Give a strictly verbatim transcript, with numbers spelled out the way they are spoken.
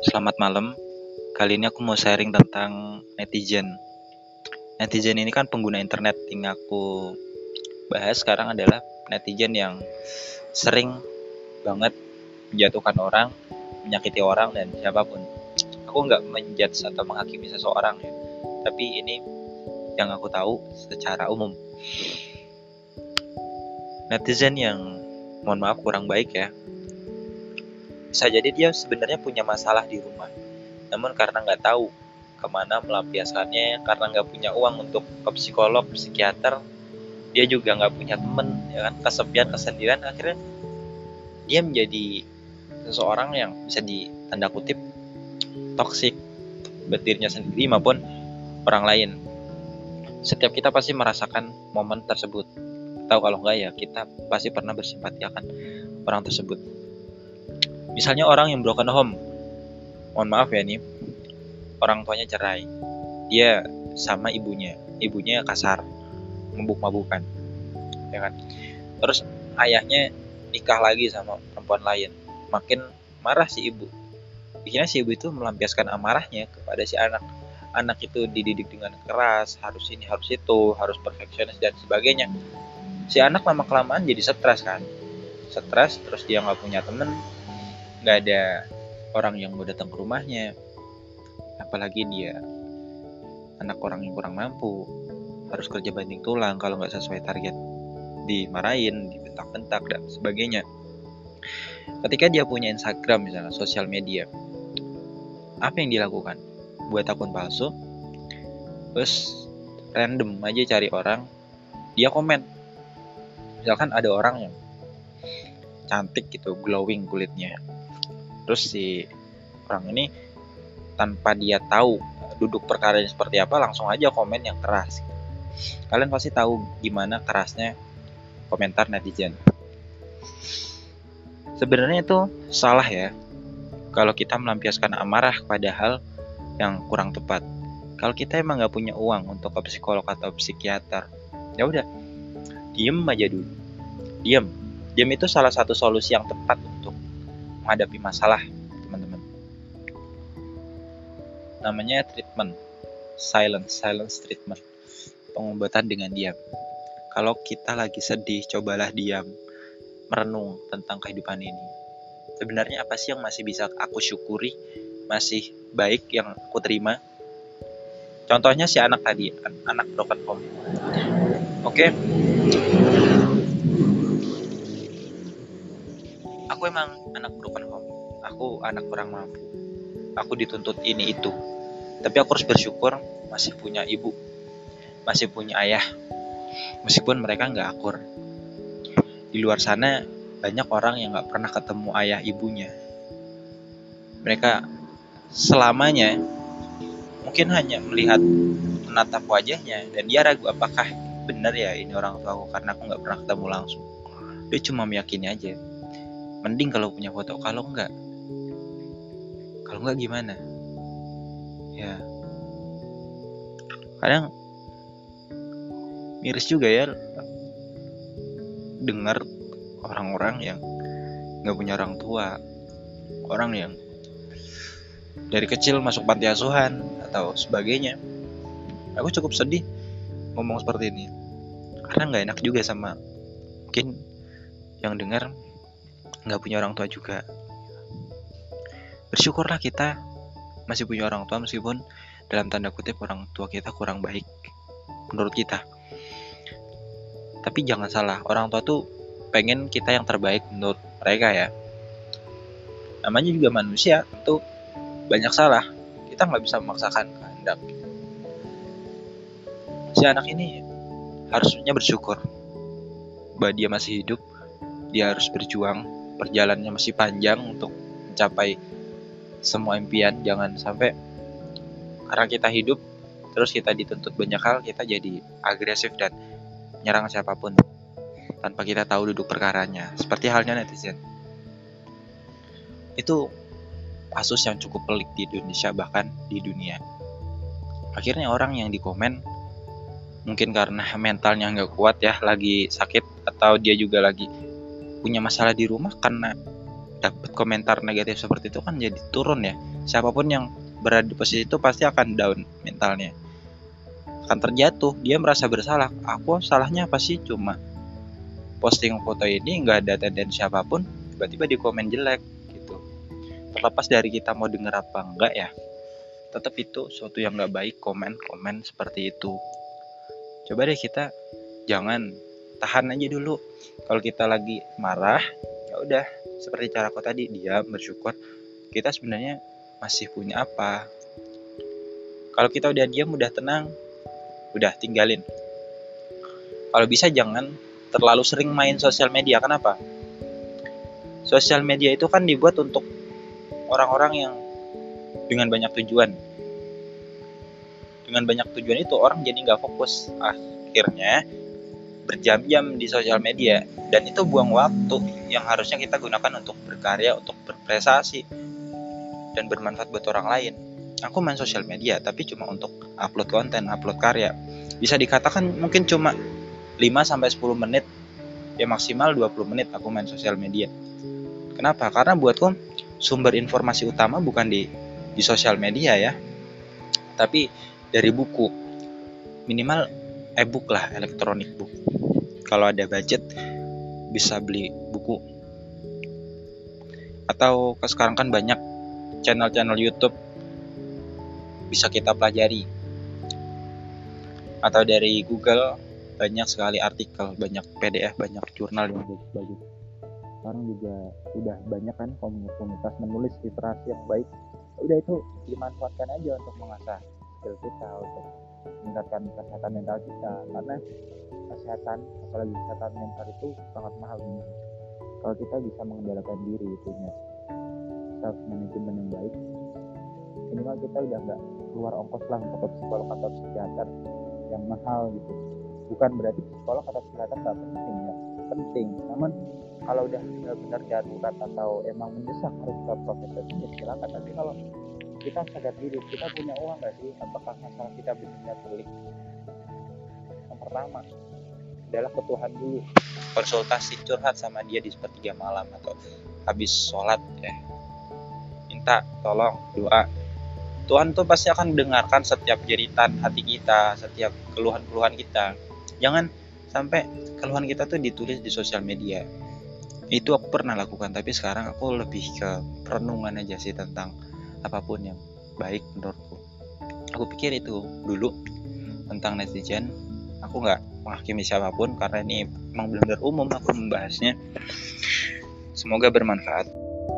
Selamat malam. Kali ini aku mau sharing tentang netizen. Netizen ini kan pengguna internet. Yang aku bahas sekarang adalah netizen yang sering banget menjatuhkan orang, menyakiti orang dan siapapun. Aku nggak menjudge atau menghakimi seseorang ya, tapi ini yang aku tahu secara umum. Netizen yang mohon maaf kurang baik ya. Bisa jadi dia sebenarnya punya masalah di rumah, namun karena nggak tahu kemana melampiaskannya, karena nggak punya uang untuk ke psikolog, psikiater, dia juga nggak punya temen, ya kan, kesepian, kesendirian, akhirnya dia menjadi seseorang yang bisa ditanda kutip toksik buat dirinya sendiri maupun orang lain. Setiap kita pasti merasakan momen tersebut, tahu kalau enggak ya kita pasti pernah bersimpati akan orang tersebut. Misalnya orang yang broken home, mohon maaf ya nih, orang tuanya cerai, dia sama ibunya, ibunya kasar, mabuk-mabukan, ya kan. Terus ayahnya nikah lagi sama perempuan lain, makin marah si ibu. Bikinnya si ibu itu melampiaskan amarahnya kepada si anak. Anak itu dididik dengan keras, harus ini, harus itu, harus perfeksionis dan sebagainya. Si anak lama kelamaan jadi stres kan, stres, terus dia nggak punya temen, nggak ada orang yang mau datang ke rumahnya, apalagi dia anak orang yang kurang mampu, harus kerja banting tulang kalau nggak sesuai target, dimarahin, dibentak-bentak dan sebagainya. Ketika dia punya Instagram misalnya, sosial media, apa yang dilakukan? Buat akun palsu, terus random aja cari orang, dia komen. Misalkan ada orang yang cantik gitu, glowing kulitnya, terus si orang ini tanpa dia tahu duduk perkaranya seperti apa, langsung aja komen yang keras. Kalian pasti tahu gimana kerasnya komentar netizen. Sebenarnya itu salah ya, kalau kita melampiaskan amarah pada hal yang kurang tepat. Kalau kita emang nggak punya uang untuk ke psikolog atau psikiater, ya udah, diem aja dulu. Diem, diem itu salah satu solusi yang tepat untuk menghadapi masalah, teman-teman. Namanya treatment, silence, silence treatment, pengobatan dengan diam. Kalau kita lagi sedih, cobalah diam, merenung tentang kehidupan ini. Sebenarnya apa sih yang masih bisa aku syukuri, masih baik yang aku terima? Contohnya si anak tadi, anak broken home. Oke, aku emang anak broken home, aku anak kurang mampu, aku dituntut ini itu, tapi aku harus bersyukur masih punya ibu, masih punya ayah, meskipun mereka nggak akur. Di luar sana banyak orang yang nggak pernah ketemu ayah ibunya. Mereka selamanya mungkin hanya melihat, menatap wajahnya, dan dia ragu apakah benar ya ini orang tua aku, karena aku nggak pernah ketemu langsung. Dia cuma meyakini aja. Mending kalau punya foto, kalau enggak, kalau enggak gimana? Ya, kadang miris juga ya dengar orang-orang yang nggak punya orang tua, orang yang dari kecil masuk panti asuhan atau sebagainya. Aku cukup sedih ngomong seperti ini, karena nggak enak juga sama mungkin yang dengar nggak punya orang tua juga. Bersyukurlah kita masih punya orang tua, meskipun dalam tanda kutip orang tua kita kurang baik menurut kita. Tapi jangan salah, orang tua tuh pengen kita yang terbaik menurut mereka ya. Namanya juga manusia, tentu banyak salah. Kita nggak bisa memaksakan kehendak. Si anak ini harusnya bersyukur bahwa dia masih hidup, dia harus berjuang, perjalanannya masih panjang untuk mencapai semua impian. Jangan sampai karena kita hidup terus kita dituntut banyak hal, kita jadi agresif dan nyerang siapapun tanpa kita tahu duduk perkaranya. Seperti halnya netizen. Itu kasus yang cukup pelik di Indonesia, bahkan di dunia. Akhirnya orang yang di komen mungkin karena mentalnya nggak kuat ya, lagi sakit, atau dia juga lagi punya masalah di rumah, karena dapat komentar negatif seperti itu kan jadi turun ya, Siapapun yang berada di posisi itu pasti akan down mentalnya, akan terjatuh. Dia merasa bersalah. Aku salahnya apa sih? Cuma posting foto ini nggak ada tendensi apapun, tiba-tiba di komen jelek gitu. Terlepas dari kita mau denger apa enggak ya, tetap itu suatu yang nggak baik komen-komen seperti itu. Coba deh kita jangan tahan aja dulu. Kalau kita lagi marah, ya udah seperti cara aku tadi, diam, bersyukur. Kita sebenarnya masih punya apa? Kalau kita udah diam, udah tenang, udah tinggalin. Kalau bisa jangan terlalu sering main sosial media. Kenapa? Sosial media itu kan dibuat untuk orang-orang yang dengan banyak tujuan. Dengan banyak tujuan itu orang jadi nggak fokus. Akhirnya berjam-jam di sosial media, dan itu buang waktu yang harusnya kita gunakan untuk berkarya, untuk berprestasi dan bermanfaat buat orang lain. Aku main sosial media tapi cuma untuk upload konten, upload karya. Bisa dikatakan mungkin cuma lima sampai sepuluh menit, ya maksimal dua puluh menit aku main sosial media. Kenapa? Karena buatku sumber informasi utama bukan di di sosial media ya, tapi dari buku. Minimal e-book lah, elektronik book. Kalau ada budget bisa beli buku. Atau sekarang kan banyak channel-channel YouTube bisa kita pelajari. Atau dari Google banyak sekali artikel, banyak P D F, banyak jurnal yang bagus-bagus. Sekarang juga udah banyak kan komunitas menulis literasi yang baik. Udah itu dimanfaatkan aja untuk mengasah skill kita, untuk meningkatkan kesehatan mental kita. Karena kesehatan, apalagi kesehatan mental itu sangat mahal. Kalau kita bisa mengendalikan diri, punya self management yang baik, minimal kita udah nggak keluar ongkos lah untuk ke psikolog atau psikiater yang mahal gitu. Bukan berarti psikolog atau psikiater nggak penting ya, penting. Namun kalau udah benar-benar darurat atau emang mendesak harus ke profesional ya silakan. Tapi kalau kita sadar diri, kita punya uang nggak sih? Apakah masalah kita benar-benar pelik? Yang pertama adalah ke Tuhan dulu. Konsultasi, curhat sama dia di sepertiga malam atau habis sholat ya. Minta tolong, doa. Tuhan tuh pasti akan mendengarkan setiap jeritan hati kita, setiap keluhan-keluhan kita. Jangan sampai keluhan kita tuh ditulis di sosial media. Itu aku pernah lakukan, tapi sekarang aku lebih ke perenungan aja sih tentang apapun yang baik menurutku. Aku pikir itu dulu tentang netizen. Aku nggak menghakimi siapapun karena ini memang benar-benar umum aku membahasnya. Semoga bermanfaat.